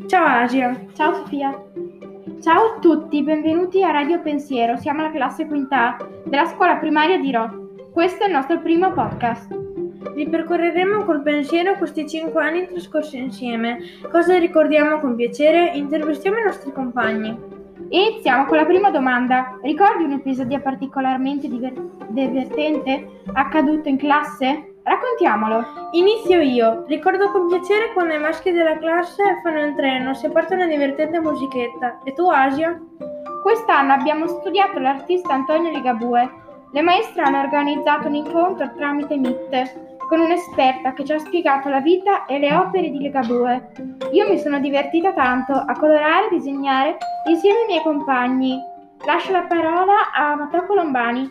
Ciao Asia. Ciao Sofia. Ciao a tutti, benvenuti a Radio Pensiero. Siamo la classe quinta A della scuola primaria di Rho. Questo è il nostro primo podcast. Ripercorreremo col pensiero questi 5 anni trascorsi insieme. Cosa ricordiamo con piacere? Intervistiamo i nostri compagni. Iniziamo con la prima domanda. Ricordi un episodio particolarmente divertente accaduto in classe? Raccontiamolo. Inizio io. Ricordo con piacere quando i maschi della classe fanno il treno, si porta una divertente musichetta. E tu, Asia? Quest'anno abbiamo studiato l'artista Antonio Ligabue. Le maestre hanno organizzato un incontro tramite Meet con un'esperta che ci ha spiegato la vita e le opere di Ligabue. Io mi sono divertita tanto a colorare e disegnare insieme ai miei compagni. Lascio la parola a Matteo Colombani.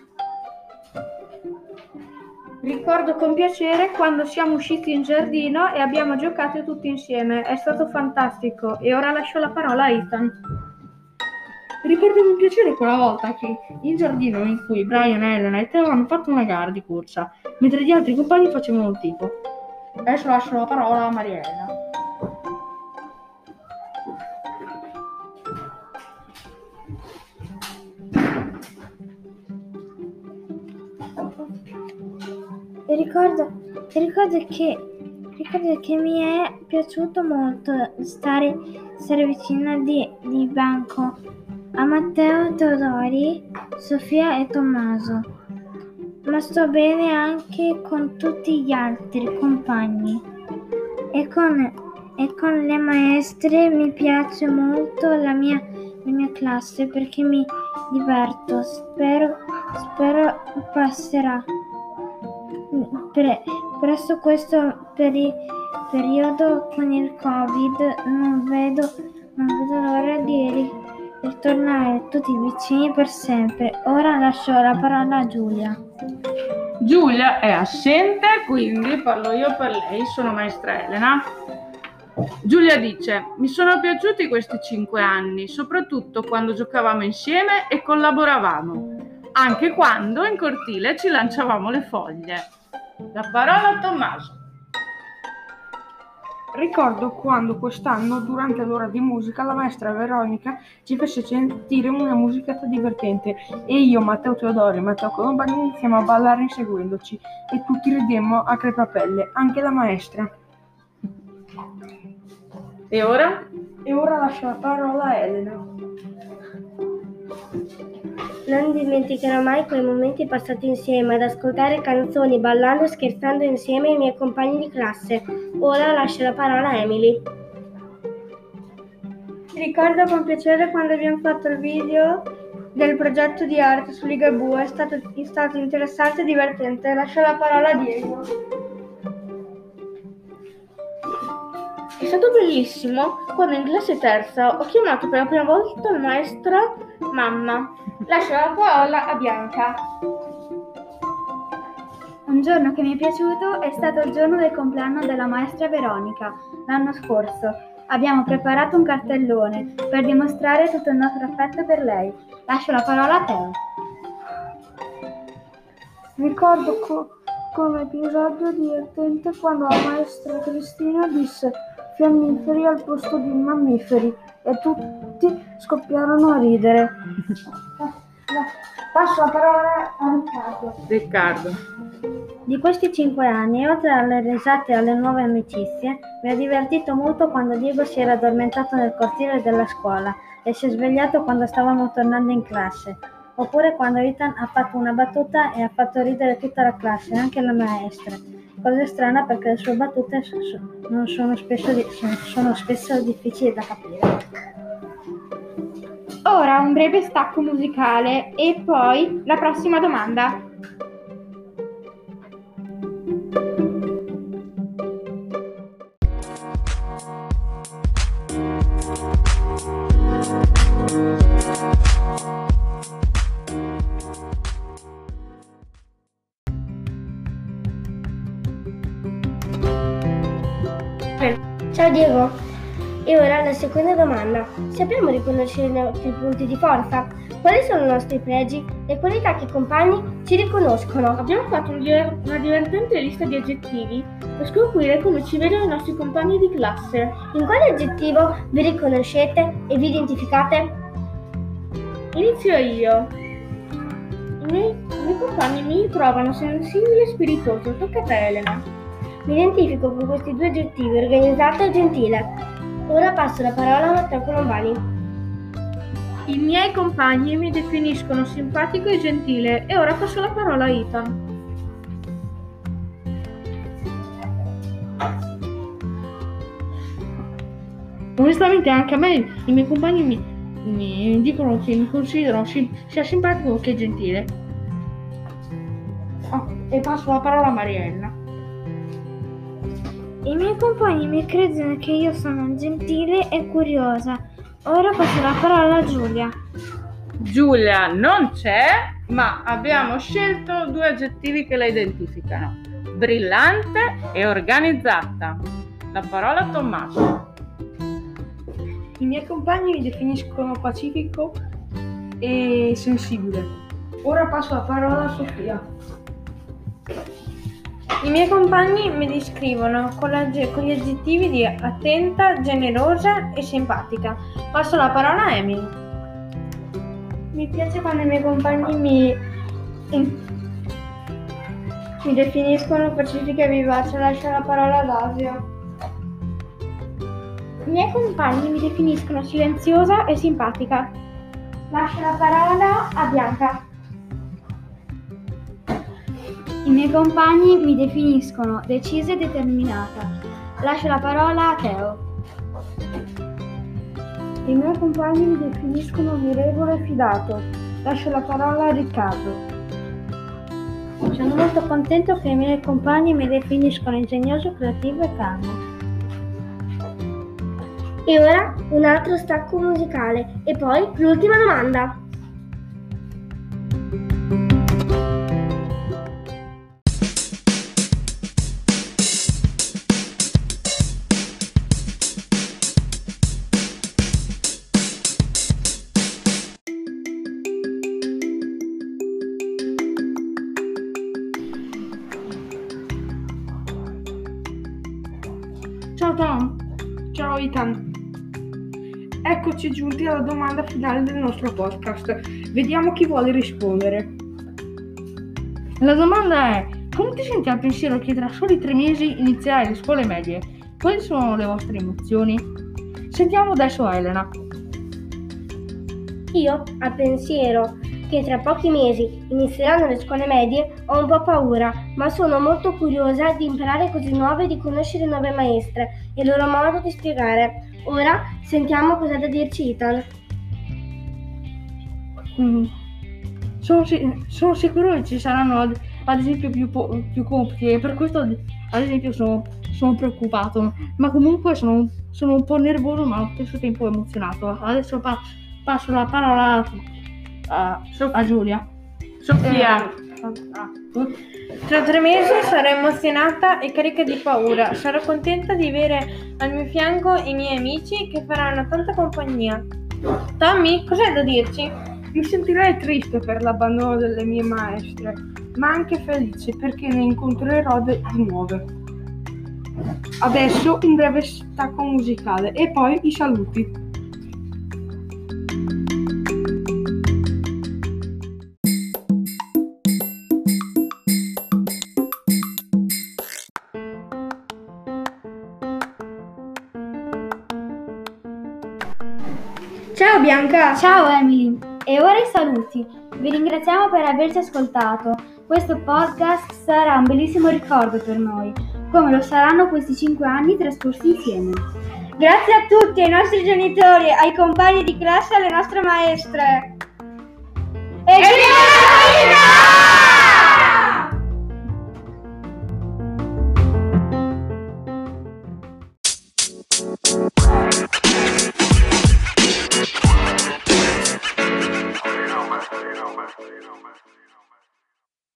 Ricordo con piacere quando siamo usciti in giardino e abbiamo giocato tutti insieme. È stato fantastico. E ora lascio la parola a Ethan. Ricordo con piacere quella volta che in giardino in cui Brian, Elena e Teo hanno fatto una gara di corsa, mentre gli altri compagni facevano il tifo. Adesso lascio la parola a Maria Elena. Ricordo che mi è piaciuto molto stare vicino di banco a Matteo, Teodori, Sofia e Tommaso, ma sto bene anche con tutti gli altri compagni e con le maestre. Mi piace molto la mia classe perché mi diverto. Spero passerà presto questo periodo con il Covid. Non vedo l'ora di ritornare tutti vicini per sempre. Ora lascio la parola a Giulia. Giulia è assente, quindi parlo io per lei, sono maestra Elena. Giulia dice: mi sono piaciuti questi 5 anni, soprattutto quando giocavamo insieme e collaboravamo, anche quando in cortile ci lanciavamo le foglie. La parola a Tommaso. Ricordo quando quest'anno, durante l'ora di musica, la maestra Veronica ci fece sentire una musichetta divertente e io, Matteo Teodori e Matteo Colombani iniziamo a ballare inseguendoci e tutti ridemmo a crepapelle, anche la maestra. E ora? E ora lascio la parola a Elena. Non dimenticherò mai quei momenti passati insieme ad ascoltare canzoni, ballando e scherzando insieme ai miei compagni di classe. Ora lascio la parola a Emily. Ricordo con piacere quando abbiamo fatto il video del progetto di arte su Ligabue, è stato interessante e divertente. Lascio la parola a Diego. È stato bellissimo quando in classe terza ho chiamato per la prima volta la maestra mamma. Lascio la parola a Bianca. Un giorno che mi è piaciuto è stato il giorno del compleanno della maestra Veronica, l'anno scorso. Abbiamo preparato un cartellone per dimostrare tutto il nostro affetto per lei. Lascio la parola a Teo. Ricordo come episodio divertente quando la maestra Cristina disse fiammiferi al posto di mammiferi e tutti scoppiarono a ridere. Passo la parola a Riccardo. Di questi 5 anni, oltre alle risate e alle nuove amicizie, mi ha divertito molto quando Diego si era addormentato nel cortile della scuola e si è svegliato quando stavamo tornando in classe. Oppure quando Ethan ha fatto una battuta e ha fatto ridere tutta la classe, anche la maestra. Cosa strana perché le sue battute sono spesso difficili da capire. Ora un breve stacco musicale e poi la prossima domanda. Ciao Diego, E ora la seconda domanda. Sappiamo riconoscere i nostri punti di forza? Quali sono i nostri pregi? Le qualità che i compagni ci riconoscono? Abbiamo fatto una divertente lista di aggettivi per scoprire come ci vedono i nostri compagni di classe. In quale aggettivo vi riconoscete e vi identificate? Inizio io. I miei compagni mi trovano sensibile e spiritoso. Tocca a te, Elena. Mi identifico con questi due aggettivi, organizzato e gentile. Ora passo la parola a Matteo Colombani. I miei compagni mi definiscono simpatico e gentile. E ora passo la parola a Ethan. Onestamente anche a me i miei compagni mi dicono che mi considerano sia simpatico che gentile. E passo la parola a Mariella. I miei compagni mi credono che io sono gentile e curiosa. Ora passo la parola a Giulia. Giulia non c'è, ma abbiamo scelto 2 aggettivi che la identificano: brillante e organizzata. La parola a Tommaso. I miei compagni mi definiscono pacifico e sensibile. Ora passo la parola a Sofia. I miei compagni mi descrivono con gli aggettivi di attenta, generosa e simpatica. Passo la parola a Emily. Mi piace quando i miei compagni mi definiscono pacifica e vivace. Lascio la parola ad Asia. I miei compagni mi definiscono silenziosa e simpatica. Lascio la parola a Bianca. I miei compagni mi definiscono decisa e determinata. Lascio la parola a Teo. I miei compagni mi definiscono mirevole e fidato. Lascio la parola a Riccardo. Sono molto contento che i miei compagni mi definiscono ingegnoso, creativo e calmo. E ora un altro stacco musicale e poi l'ultima domanda. Ciao Tom. Ciao Ethan. Eccoci giunti alla domanda finale del nostro podcast. Vediamo chi vuole rispondere. La domanda è: come ti senti al pensiero che tra soli 3 mesi inizierai le scuole medie? Quali sono le vostre emozioni? Sentiamo adesso Elena. Io, al pensiero che tra pochi mesi inizieranno le scuole medie, ho un po' paura, ma sono molto curiosa di imparare cose nuove e di conoscere nuove maestre e il loro modo di spiegare. Ora sentiamo cosa ha da dirci Ethan. Sono sicuro che ci saranno ad esempio più compiti e per questo ad esempio sono preoccupato, ma comunque sono un po' nervoso ma allo stesso tempo emozionato. Adesso passo la parola a Giulia. Sofia. Tra 3 mesi sarò emozionata e carica di paura. Sarò contenta di avere al mio fianco i miei amici che faranno tanta compagnia. Tommy, cos'hai da dirci? Mi sentirei triste per l'abbandono delle mie maestre, ma anche felice perché ne incontrerò di nuove. Adesso un breve stacco musicale e poi i saluti. Ciao Bianca! Ciao Emily! E ora i saluti. Vi ringraziamo per averci ascoltato. Questo podcast sarà un bellissimo ricordo per noi, come lo saranno questi 5 anni trascorsi insieme. Grazie a tutti, ai nostri genitori, ai compagni di classe e alle nostre maestre. E